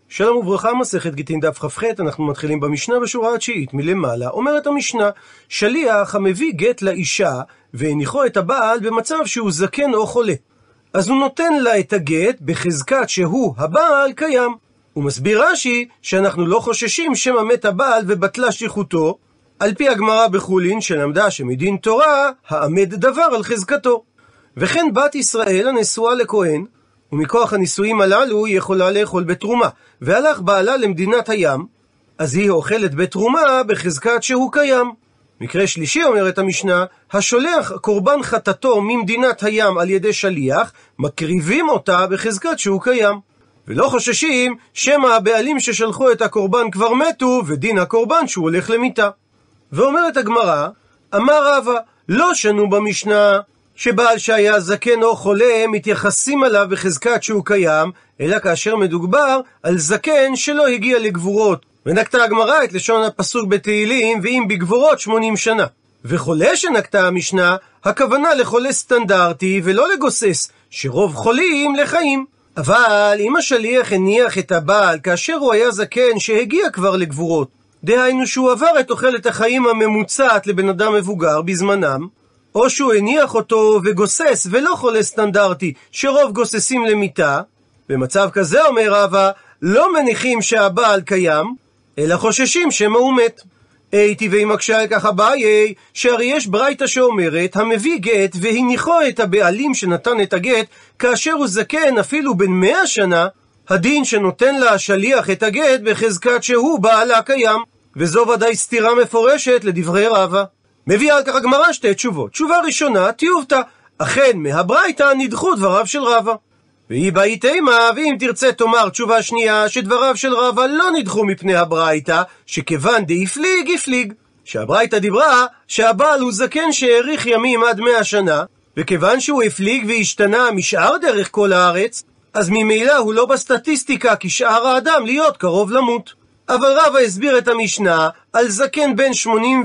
שלום וברכה, מסכת גיטין דף כ"ח, אנחנו מתחילים במשנה בשורה התשיעית מלמעלה. אומרת המשנה, שליח המביא גט לאישה והניחו את הבעל במצב שהוא זקן או חולה, אז הוא נותן לה את הגט בחזקת שהוא הבעל קיים. הוא מסביר רש"י שאנחנו לא חוששים שמא מת הבעל ובטלה שליחותו, על פי הגמרא בחולין שלמדה שמדין תורה העמד דבר על חזקתו. וכן בת ישראל הנשואה לכהן, ומכוח הנישואים הללו היא יכולה לאכול בתרומה, והלך בעלה למדינת הים, אז היא אוכלת בתרומה בחזקת שהוא קיים. מקרה שלישי, אומרת המשנה, השולח קורבן חטאתו ממדינת הים על ידי שליח, מקריבים אותה בחזקת שהוא קיים, ולא חוששים שמא הבעלים ששלחו את הקורבן כבר מתו ודין הקורבן שהוא הולך למיתה. ואומרת הגמרא, אמר רבא, לא שנו במשנה שבעל שהיה זקן או חולה מתייחסים עליו בחזקת שהוא קיים, אלא כאשר מדובר על זקן שלא הגיע לגבורות. ונקטה הגמרא את לשון הפסוק בתהילים, ואם בגבורות 80 שנה. וחולה שנקטה המשנה, הכוונה לחולה סטנדרטי ולא לגוסס, שרוב חולים לחיים. אבל אם השליח הניח את הבעל כאשר הוא היה זקן שהגיע כבר לגבורות, דהיינו שהוא עבר את תוחלת החיים הממוצעת לבן אדם מבוגר בזמנם, או שהוא הניח אותו וגוסס ולא חולה סטנדרטי שרוב גוססים למיטה, במצב כזה, אומר רבא, לא מניחים שהבעל קיים, אלא חוששים שמא הוא מת. הייתי ואם מקשה על כך אביי, שהרי יש ברייתא שאומרת, המביא גט והניחו את הבעלים שנתן את הגט, כאשר הוא זקן אפילו בן 100 שנה, הדין שנותן לה השליח את הגט בחזקת שהוא בעלה קיים, וזו ודאי סתירה מפורשת לדברי רבא. מביאה על כך הגמרא שתי תשובות. תשובה ראשונה, תיובתא, אכן מהברייתא נדחו דבריו של רבא. והיא באי תימה, ואם תרצה תאמר תשובה שנייה, שדבריו של רבא לא נדחו מפני הברייתא, שכיוון דאיפליג יפליג, שהברייתא דיברה שהבעל הוא זקן שהאריך ימים עד 100 שנה, וכיוון שהוא הפליג והשתנה משאר דרך כל הארץ, אז ממילא הוא לא בסטטיסטיקה כשאר האדם להיות קרוב למות. אבל רבא הסביר את המשנה על זקן בן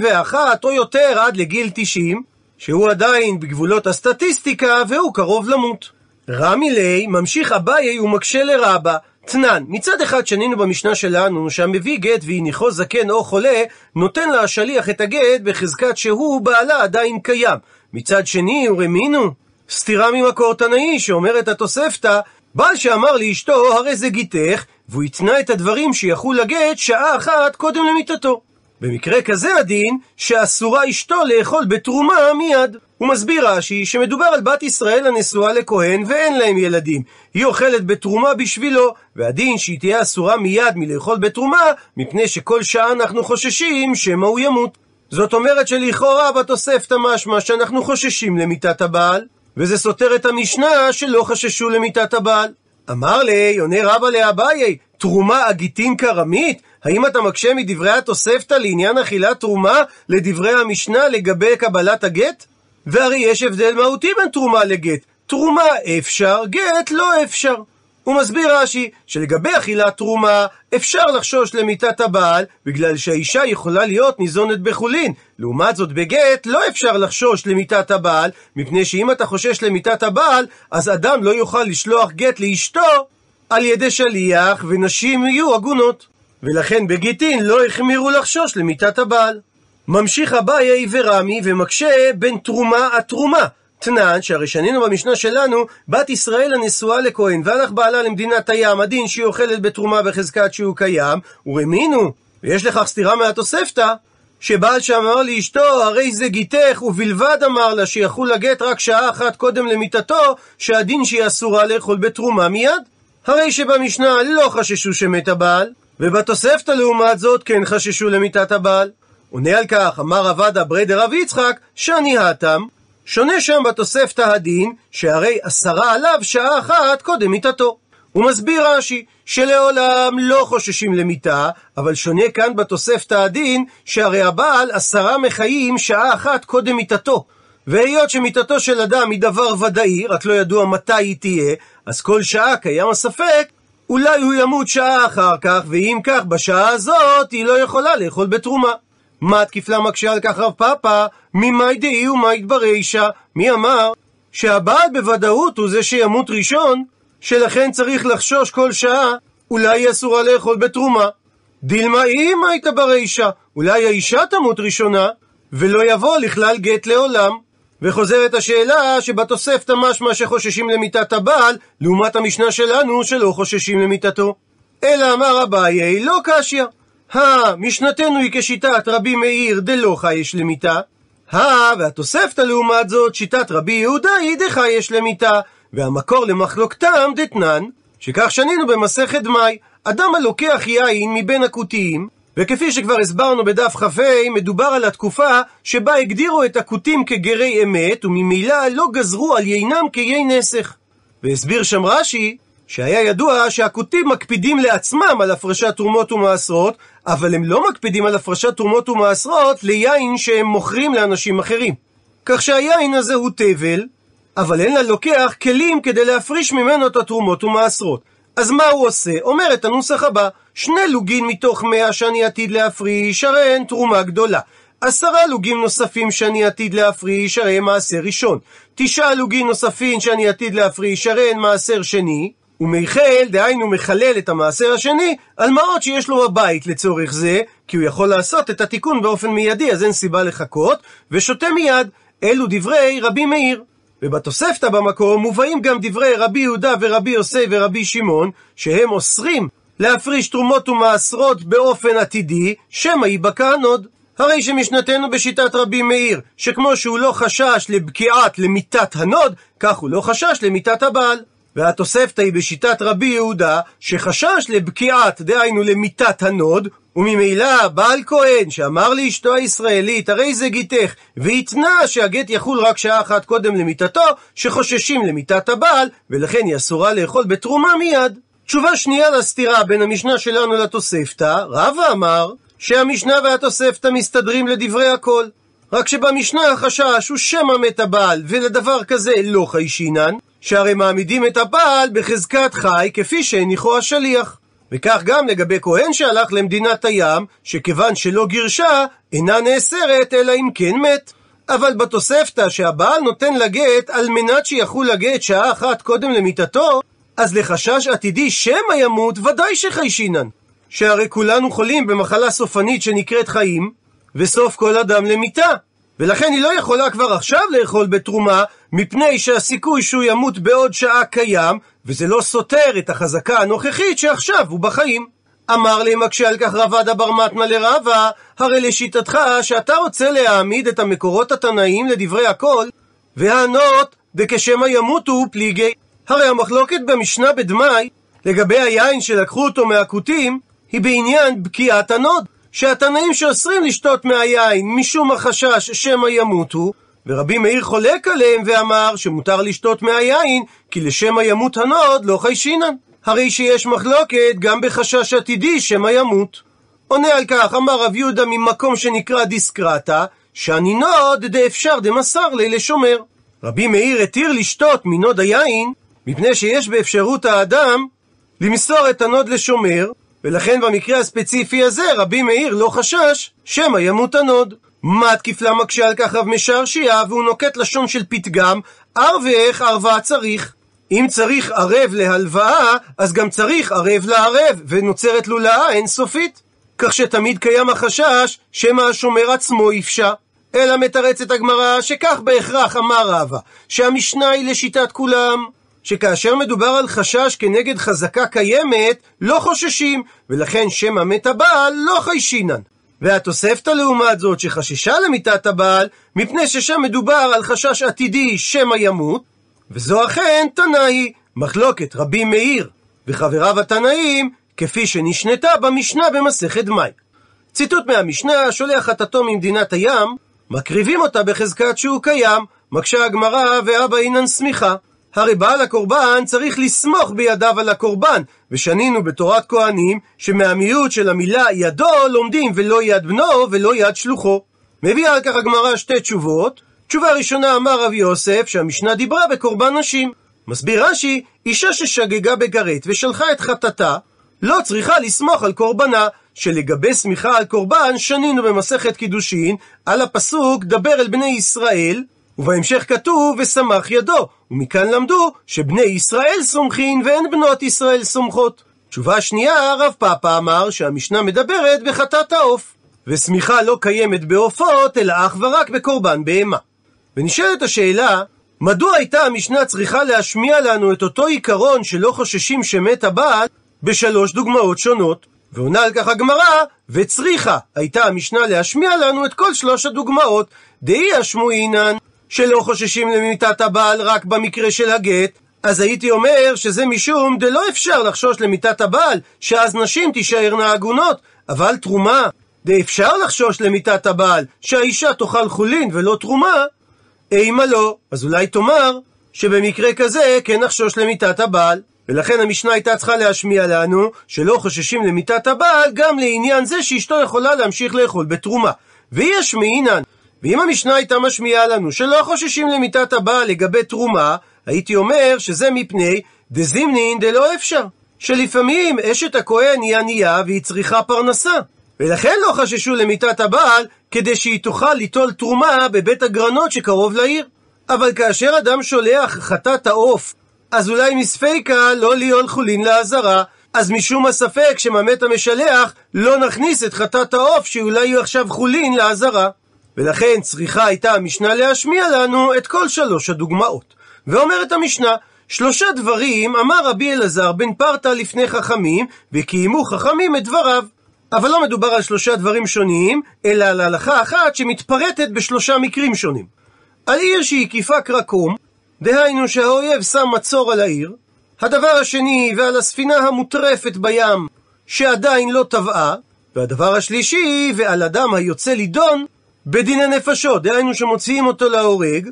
81 או יותר עד לגיל 90, שהוא עדיין בגבולות הסטטיסטיקה והוא קרוב למות. רמי לי, ממשיך אביי ומקשה לרבא, תנן, מצד אחד שנינו במשנה שלנו שהמביא גט והניחו זקן או חולה, נותן לה השליח את הגט בחזקת שהוא בעלה עדיין קיים. מצד שני, ורמינו, סתירה ממקור תנאי שאומרת התוספתא, בעל שאמר לאשתו הרי זה גיתך, והוא התנה את הדברים שיחול לגט שעה אחת קודם למיטתו. במקרה כזה הדין שאסורה אשתו לאכול בתרומה מיד. הוא מסביר רש"י שמדובר על בת ישראל הנשואה לכהן ואין להם ילדים, היא אוכלת בתרומה בשבילו, והדין שהיא תהיה אסורה מיד מלאכול בתרומה, מפני שכל שעה אנחנו חוששים שמא הוא ימות. זאת אומרת שלכאורה בתוספתא משמע שאנחנו חוששים למיתת הבעל, וזה סותר את המשנה שלא חששו למיתת הבעל. אמר לי, עונה רבא לאביי, תרומה אגיטין קרמית? האם אתה מקשה מדברי התוספתא לעניין אכילת תרומה לדברי המשנה לגבי קבלת הגט? והרי יש הבדל מהותי בין תרומה לגט. תרומה אפשר, גט לא אפשר. הוא מסביר רש"י שלגבי אכילת תרומה אפשר לחשוש למיתת הבעל, בגלל שהאישה יכולה להיות ניזונת בחולין. לעומת זאת בגט לא אפשר לחשוש למיתת הבעל, מפני שאם אתה חושש למיתת הבעל, אז אדם לא יוכל לשלוח גט לאשתו על ידי שליח, ונשים יהיו עגונות. ולכן בגיטין לא החמירו לחשוש למיתת הבעל. ממשיך אביי ורמי ומקשה בין תרומה עד תרומה. תנן, שהרי שנינו במשנה שלנו, בת ישראל הנשואה לכהן והלך בעלה למדינת הים, הדין שהיא אוכלת בתרומה בחזקת שהוא קיים, ורמינו, ויש לכך סתירה מהתוספתא, שבעל שאמר לאשתו הרי זה גיתך, ובלבד אמר לה שיחול הגט רק שעה אחת קודם למיטתו, שהדין שהיא אסורה לאכול בתרומה מיד. הרי שבמשנה לא חששו שמת הבעל, ובתוספתא לעומת זאת כן חששו למיתת הבעל. עונה על כך אמר עבדה ברי דרב יצחק שאני התם, שונה שם בתוספתא הדין שהרי אסרה עליו שעה אחת קודם מיתתו. הוא מסביר רש"י שלעולם לא חוששים למיתה, אבל שונה כאן בתוספתא הדין שהרי הבעל אסרה מחיים שעה אחת קודם מיתתו, והיות שמיתתו של אדם היא דבר ודאי, רק לא ידוע מתי היא תהיה, אז כל שעה קיים הספק, אולי הוא ימות שעה אחר כך, ואם כך בשעה הזאת היא לא יכולה לאכול בתרומה. מה תקיפלה מקשה על כך רב פאפא, ממאי דאי ומאי ברישא? מי אמר שהבעל בוודאות הוא זה שימות ראשון, שלכן צריך לחשוש כל שעה אולי היא אסורה לאכול בתרומה. דילמה אם הייתה ברישה, אולי האישה תמות ראשונה, ולא יבוא לכלל גט לעולם. וחוזרת השאלה שבתוספתא משמע שחוששים למיתת הבעל, לעומת המשנה שלנו שלא חוששים למיתתו. אלא אמר אביי, לא קשיא. משנתנו היא כשיטת רבי מאיר דלא חייש למיתה. והתוספתא לעומת זאת, שיטת רבי יהודה היא דחייש למיתה. והמקור למחלוקתם דתנן, שכך שנינו במסכת דמאי, אדם הלוקח יין מבין הכותיים, וכפי שכבר הסברנו בדף כ"ה, מדובר על התקופה שבה הגדירו את הכותים כגרי אמת, וממילא לא גזרו על יינם כיין נסך. והסביר שם רש"י, שהיה ידוע שהכותים מקפידים לעצמם על הפרשת תרומות ומעשרות, אבל הם לא מקפידים על הפרשת תרומות ומעשרות ליין שהם מוכרים לאנשים אחרים. כך שהיין הזה הוא תבל, אבל אין ללוקח כלים כדי להפריש ממנו את התרומות ומעשרות. אז מה הוא עושה? אומר את הנוסח הבא, 2 לוגין מתוך 100 שאני עתיד להפריש, הרי אין תרומה גדולה. 10 לוגים נוספים שאני עתיד להפריש, הרי אין מעשר ראשון. 9 לוגים נוספים שאני עתיד להפריש, הרי אין מעשר שני. ומייחל, דהיינו מחלל את המעשר השני, על מעות שיש לו בבית לצורך זה, כי הוא יכול לעשות את התיקון באופן מיידי, אז אין סיבה לחכות, ושותה מיד. אלו דברי רבי מאיר. ובתוספתא במקום מובאים גם דברי רבי יהודה ורבי יוסי ורבי שמעון, שהם אוסרים להפריש תרומות ומעשרות באופן עתידי, שמא ייבקע הנוד. הרי שמשנתנו בשיטת רבי מאיר, שכמו שהוא לא חשש לבקיעת למיתת הנוד, כך הוא לא חשש למיתת הבעל. והתוספתא היא בשיטת רבי יהודה, שחשש לבקיעת, דהיינו למיתת הנוד, וממילא בעל כהן שאמר לאשתו הישראלית, הרי זה גיתך, והתנה שהגט יחול רק שעה אחת קודם למיתתו, שחוששים למיתת הבעל, ולכן היא אסורה לאכול בתרומה מיד. תשובה שנייה לסתירה בין המשנה שלנו לתוספתא, רבא אמר שהמשנה והתוספתא מסתדרים לדברי הכל, רק שבמשנה החשש הוא שמא מת הבעל, ולדבר כזה לא חיישינן, שהרי מעמידים את הבעל בחזקת חי כפי שהניחו השליח. וכך גם לגבי כהן שהלך למדינת הים, שכיוון שלא גירשה, אינה נאסרת אלא אם כן מת. אבל בתוספתא שהבעל נותן לגט על מנת שיחול לגט שעה אחת קודם למיתתו, אז לחשש עתידי שמא ימות ודאי שחיישינן. שהרי כולנו חולים במחלה סופנית שנקראת חיים, וסוף כל אדם למיתה. ולכן היא לא יכולה כבר עכשיו לאכול בתרומה, מפני שהסיכוי שהוא ימות בעוד שעה קיים, וזה לא סותר את החזקה הנוכחית שעכשיו הוא בחיים. אמר לי מקשה על כך רבא בר מתנא לרבא, הרי לשיטתך שאתה רוצה להעמיד את המקורות התנאיים לדברי הכל, והענות דכשמא ימותו פליגי. הרי המחלוקת במשנה בדמאי, לגבי היין שלקחו אותו מהכותים, היא בעניין בקיעת הנוד, שהתנאים שאוסרים לשתות מהיין משום החשש שמא ימותו, ורבי מאיר חולק עליהם ואמר שמותר לשתות מהיין, כי לשמא ימות הנוד לא חיישינן. הרי שיש מחלוקת גם בחשש עתידי שמא ימות. עונה על כך אמר רב יהודה ממקום שנקרא דיסקרטה, שהנינוד דאפשר דמסר לי לשומר. רבי מאיר התיר לשתות מנוד היין, מפני שיש באפשרות האדם למסור את הנוד לשומר, ולכן במקרה הספציפי הזה רבי מאיר לא חשש שמא ימות הנוד. מה תקיפלה מקשה על כך רב משרשיה, והוא נוקט לשון של פתגם, ערבך ערבה צריך. אם צריך ערב להלוואה, אז גם צריך ערב לערב, ונוצרת לולאה אינסופית. כך שתמיד קיים החשש שמא השומר עצמו יפשע. אלא מתרצת הגמרא שכך בהכרח אמר רבא, שהמשנה היא לשיטת כולם, שכאשר מדובר על חשש כנגד חזקה קיימת, לא חוששים, ולכן שמא מת הבעל לא חיישינן. והתוספתא לעומת זאת שחששה למיתת הבעל, מפני ששם מדובר על חשש עתידי שמא ימות, וזו אכן תנאי, מחלוקת רבי מאיר וחבריו התנאים, כפי שנשנתה במשנה במסכת דמאי. ציטוט מהמשנה, שולח חטאתו ממדינת הים, מקריבים אותה בחזקת שהוא קיים, מקשה הגמרא ואבא אינן סמיכה. הרי בעל הקורבן צריך לסמוך בידיו על הקורבן, ושנינו בתורת כהנים שמהמיעוט של המילה ידו לומדים ולא יד בנו ולא יד שלוחו. מביאה על כך הגמרא 2 תשובות. תשובה ראשונה אמר רב יוסף שהמשנה דיברה בקורבן נשים. מסביר רש"י, אישה ששגגה בגרת ושלחה את חטאתה לא צריכה לסמוך על קורבנה, שלגבי סמיכה על קורבן שנינו במסכת קידושין על הפסוק דבר אל בני ישראל, ובהמשך כתוב וסמך ידו, ומכאן למדו שבני ישראל סומכין ואין בנות ישראל סומכות. תשובה השנייה, רב פאפא אמר שהמשנה מדברת בחטאת העוף, וסמיכה לא קיימת בעופות, אלא אך ורק בקורבן בהמה. ונשאלת השאלה, מדוע הייתה המשנה צריכה להשמיע לנו את אותו עיקרון שלא חוששים שמת הבעל בשלוש דוגמאות שונות? ועונה על כך הגמרא, וצריכה הייתה המשנה להשמיע לנו את כל שלוש הדוגמאות, דאי השמועינן, שלא חוששים למיתת הבעל רק במקרה של הגט, אז הייתי אומר שזה משום דלא אפשר לחשוש למיתת הבעל, שאז נשים תישארנה עגונות, אבל תרומה, אפשר לחשוש למיתת הבעל, שהאישה תאכל חולין ולא תרומה, אימה לא, אז אולי תאמר שבמקרה כזה כן נחשוש למיתת הבעל. ולכן המשנה הייתה צריכה להשמיע לנו שלא חוששים למיתת הבעל גם לעניין זה שאשתו יכולה להמשיך לאכול בתרומה. והיא השמיעינן, ואם המשנה הייתה משמיעה לנו שלא חוששים למיתת הבעל לגבי תרומה, הייתי אומר שזה מפני דזימנין דלא אפשר, שלפעמים אשת הכהן היא ענייה והיא צריכה פרנסה, ולכן לא חששו למיתת הבעל כדי שהיא תוכל ליטול תרומה בבית הגרנות שקרוב לעיר. אבל כאשר אדם שולח חטאת העוף, אז אולי מספיקה לא ליול חולין לעזרה, אז משום הספק שממת המשלח לא נכניס את חטאת העוף שאולי הוא עכשיו חולין לעזרה. ולכן צריכה הייתה המשנה להשמיע לנו את כל שלוש הדוגמאות. ואומרת המשנה, שלושה דברים אמר רבי אלעזר בן פרתא לפני חכמים, וקיימו חכמים את דבריו. אבל לא מדובר על שלושה דברים שונים, אלא על הלכה אחת שמתפרטת בשלושה מקרים שונים. על עיר שהיא קיפה קרקום, דהיינו שהאויב שם מצור על העיר. הדבר השני, ועל הספינה המוטרפת בים, שעדיין לא טבעה. והדבר השלישי, ועל אדם היוצא לידון בדיני נפשות, דהיינו שמוציאים אותו להורג,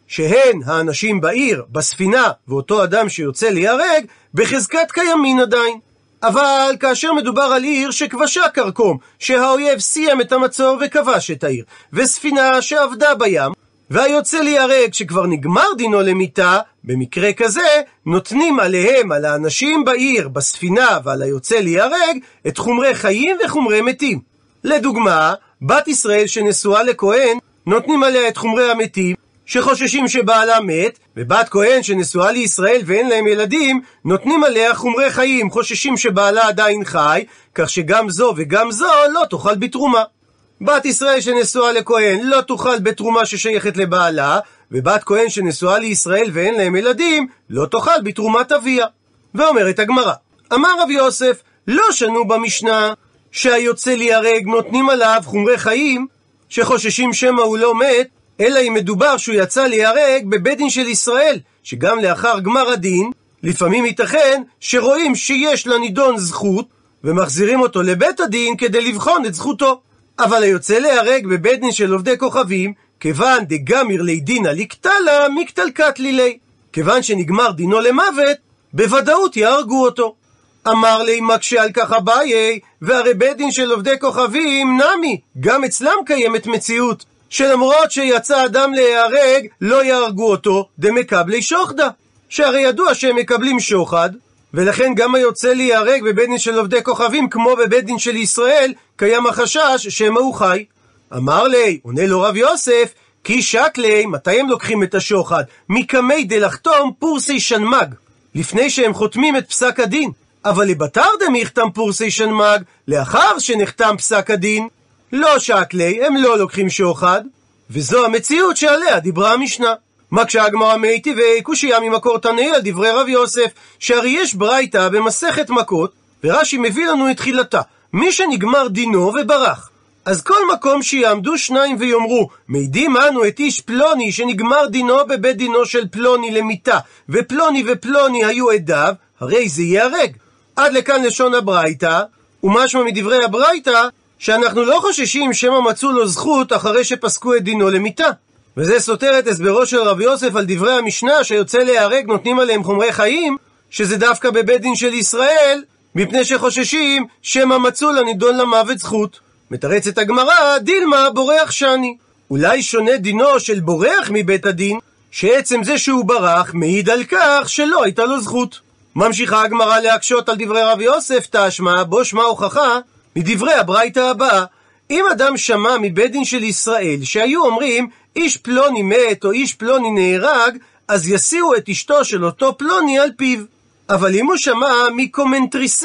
שהן האנשים בעיר, בספינה, ואותו אדם שיוצא להיהרג, בחזקת קיימין עדיין. אבל כאשר מדובר על עיר שכבשה קרקום, שהאויב סיים את המצור וכבש את העיר, וספינה שעבדה בים, והיוצא להיהרג שכבר נגמר דינו למיתה, במקרה כזה נותנים עליהם, על האנשים בעיר, בספינה ועל היוצא להיהרג, את חומרי חיים וחומרי מתים. לדוגמה, בת ישראל שנשואה לכהן, נותנים עליה את חומרי המתים, שחוששים שבעלה מת, ובת כהן שנשואה לישראל ואין להם ילדים, נותנים עליה חומרי חיים, חוששים שבעלה עדיין חי, כך שגם זו וגם זו לא תאכל בתרומה. בת ישראל שנשואה לכהן לא תאכל בתרומה ששייכת לבעלה, ובת כהן שנשואה לישראל ואין להם ילדים, לא תאכל בתרומת אביה. ואומרת הגמרא, אמר רב יוסף, לא שנו במשנה שהיוצא להיהרג נותנים עליו חומרי חיים, שחוששים שמא הוא לא מת, אלא אם מדובר שהוא יצא להיהרג בבית דין של ישראל, שגם לאחר גמר הדין, לפעמים ייתכן שרואים שיש לנידון זכות, ומחזירים אותו לבית הדין כדי לבחון את זכותו. אבל היוצא להיהרג בבית דין של עובדי כוכבים, כיוון דגמיר לי דינא לקטלה מקטל קטלילי, כיוון שנגמר דינו למוות, בוודאות יהרגו אותו. אמר לי מקשה על כך אביי, והרי בית דין של עובדי כוכבים נמי, גם אצלם קיימת מציאות, שלמרות שיצא אדם להיהרג, לא יהרגו אותו, דמקבלי שוחדה, שהרי ידוע שהם מקבלים שוחד, ולכן גם היוצא להיהרג בבית דין של עובדי כוכבים, כמו בבית דין של ישראל, קיים החשש שמא הוא חי. אמר לי, עונה לו רב יוסף, כי שקלי, מתי הם לוקחים את השוחד? מקמי דלחתום פורסי שנמג, לפני שהם חותמים את פסק הדין. אבל לבטר דמיכתם פורסי שנמג, לאחר שנחתם פסק הדין, לא שקלי, הם לא לוקחים שוחד, וזו המציאות שעליה דיברה המשנה. מקשה הגמרא מייטי וקושיה ממקור תנאי על דברי רב יוסף, שהרי יש ברייתא במסכת מכות, ורש"י מביא לנו את תחילתה, מי שנגמר דינו וברח. אז כל מקום שיעמדו שניים ויאמרו, מעידים אנו את איש פלוני שנגמר דינו בבית דינו של פלוני למיתה, ופלוני ופלוני היו עדיו, הרי זה ייהרג. עד לכאן לשון הברייתא, ומשמע מדברי הברייתא, שאנחנו לא חוששים שמא מצאו לו זכות אחרי שפסקו את דינו למיתה. וזה סותר את הסברו של רב יוסף על דברי המשנה שיוצא להיהרג נותנים עליהם חומרי חיים, שזה דווקא בבית דין של ישראל, מפני שחוששים שמא מצאו לנידון למוות זכות. מתרצת הגמרא, דילמה בורח שני. אולי שונה דינו של בורח מבית הדין, שעצם זה שהוא ברח מעיד על כך שלא הייתה לו זכות. ממשיכה הגמרא להקשות על דברי רב יוסף, תשמע בו שמע הוכחה מדברי הברייתא הבאה. אם אדם שמע מבית דין של ישראל שהיו אומרים איש פלוני מת או איש פלוני נהרג, אז יסיעו את אשתו של אותו פלוני על פיו. אבל אם הוא שמע מקומנטריסין,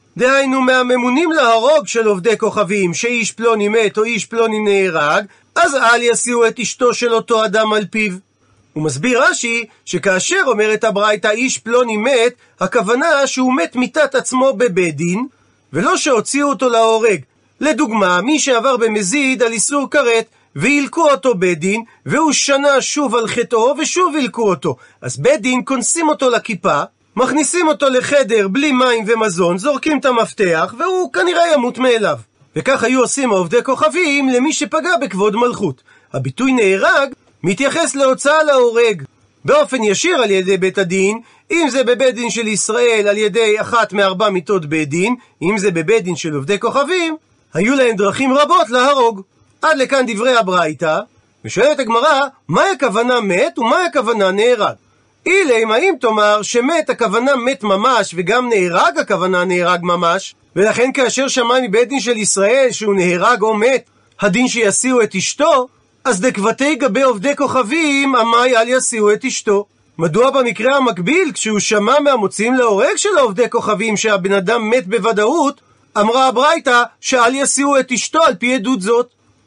דהיינו מהממונים להרוג של עובדי כוכבים, שאיש פלוני מת או איש פלוני נהרג, אז אל יסיעו את אשתו של אותו אדם על פיו. הוא מסביר רש"י שכאשר אומרת הברייתא איש פלוני מת, הכוונה שהוא מת מיתת עצמו בבית דין, ולא שהוציאו אותו להורג. לדוגמה, מי שעבר במזיד על איסור כרת, וילקו אותו בית דין, והוא שנה שוב על חטאו ושוב ילקו אותו. אז בית דין כונסים אותו לכיפה, מכניסים אותו לחדר בלי מים ומזון, זורקים את המפתח, והוא כנראה ימות מאליו. וכך היו עושים עובדי כוכבים למי שפגע בכבוד מלכות. הביטוי נהרג מתייחס להוצאה להורג באופן ישיר על ידי בית הדין, אם זה בבית דין של ישראל על ידי אחת מארבע מיתות בית דין, אם זה בבית דין של עובדי כוכבים, היו להם דרכים רבות להרוג. עד לכאן דברי הברייתא, ושואלת הגמרא, מהי הכוונה מת ומהי הכוונה נהרג? אילם, האם תאמר שמת הכוונה מת ממש וגם נהרג הכוונה נהרג ממש, ולכן כאשר שמע מבית דין של ישראל שהוא נהרג או מת, הדין שיסיעו את אשתו, אז דקבתי גבי עובדי כוכבים, עמי אל יסיעו את אשתו. מדוע במקרה המקביל, כשהוא שמע מהמוציאים להורג של עובדי כוכבים שהבן אדם מת בוודאות, אמרה הברייתא שאל יסיעו את אשתו על פי עדות זאת?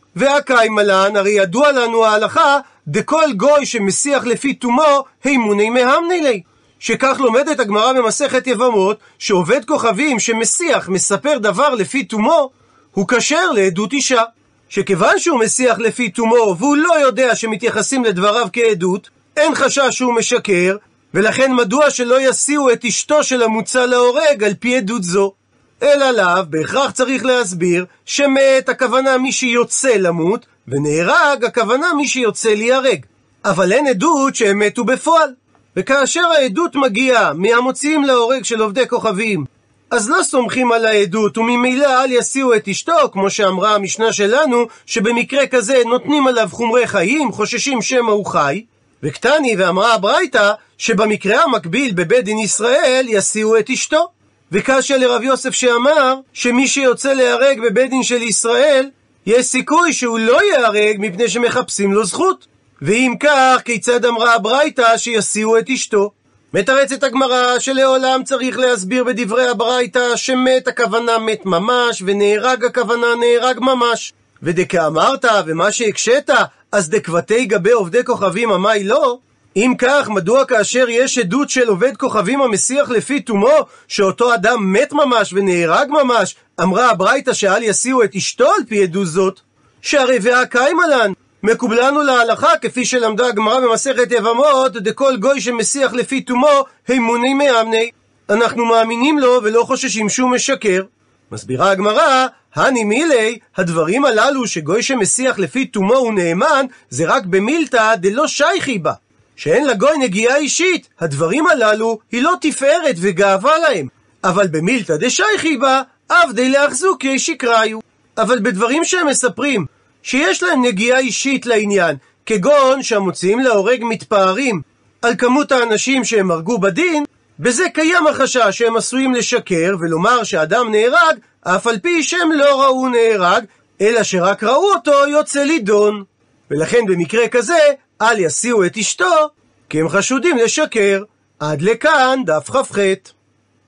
והקיימלן, הרי ידוע לנו ההלכה, דכל גוי שמסיח לפי תומו, הימוני מהמני לי. שכך לומדת הגמרא במסכת יבמות, שעובד כוכבים שמסיח, מספר דבר לפי תומו, הוא כשר לעדות אישה. שכיוון שהוא מסיח לפי תומו, והוא לא יודע שמתייחסים לדבריו כעדות, אין חשש שהוא משקר, ולכן מדוע שלא יסיעו את אשתו של המוצא להורג על פי עדות זו? אלא לאו, בהכרח צריך להסביר שמת הכוונה מי שיוצא למות, ונהרג הכוונה מי שיוצא להיהרג. אבל אין עדות שהם מתו בפועל. וכאשר העדות מגיעה מהמוציאים להורג של עובדי כוכבים, אז לא סומכים על העדות, וממילא אל יסיעו את אשתו, כמו שאמרה המשנה שלנו, שבמקרה כזה נותנים עליו חומרי חיים, חוששים שמא הוא חי. וקטני ואמרה הברייתא שבמקרה המקביל בבית דין ישראל יסיעו את אשתו. וקשה לרב יוסף שאמר שמי שיוצא להיהרג בבית דין של ישראל, יש סיכוי שהוא לא ייהרג מפני שמחפשים לו זכות. ואם כך, כיצד אמרה הברייתא שיסיעו את אשתו? מתרצת הגמרא שלעולם צריך להסביר בדברי הברייתא שמת הכוונה מת ממש, ונהרג הכוונה נהרג ממש. ודכאמרת ומה שהקשת, אז דקבתי גבי עובדי כוכבים עמי לא? אם כך, מדוע כאשר יש עדות של עובד כוכבים המסיח לפי תומו, שאותו אדם מת ממש ונהרג ממש, אמרה הברייתא שאל יסיעו את אשתו על פי עדות זאת? שהרי והקיימלן, מקובלנו להלכה כפי שלמדה הגמרא במסכת יבמות, דכל גוי שמסיח לפי תומו, הימוני מאמני. אנחנו מאמינים לו ולא חוששים שהוא משקר. מסבירה הגמרא, הני מילי, הדברים הללו שגוי שמסיח לפי תומו הוא נאמן, זה רק במילתא דלא שייכי בה. שאין לגוי נגיעה אישית, הדברים הללו היא לא תפארת וגאווה להם. אבל במילתא דשייכי בה, עבדי לאחזוקי שקראיו. אבל בדברים שהם מספרים, שיש להם נגיעה אישית לעניין, כגון שהמוציאים להורג מתפארים על כמות האנשים שהם הרגו בדין, בזה קיים החשש שהם עשויים לשקר ולומר שאדם נהרג, אף על פי שהם לא ראו נהרג, אלא שרק ראו אותו יוצא לידון. ולכן במקרה כזה, אל יסיעו את אשתו, כי הם חשודים לשקר. עד לכאן דף כ"ח.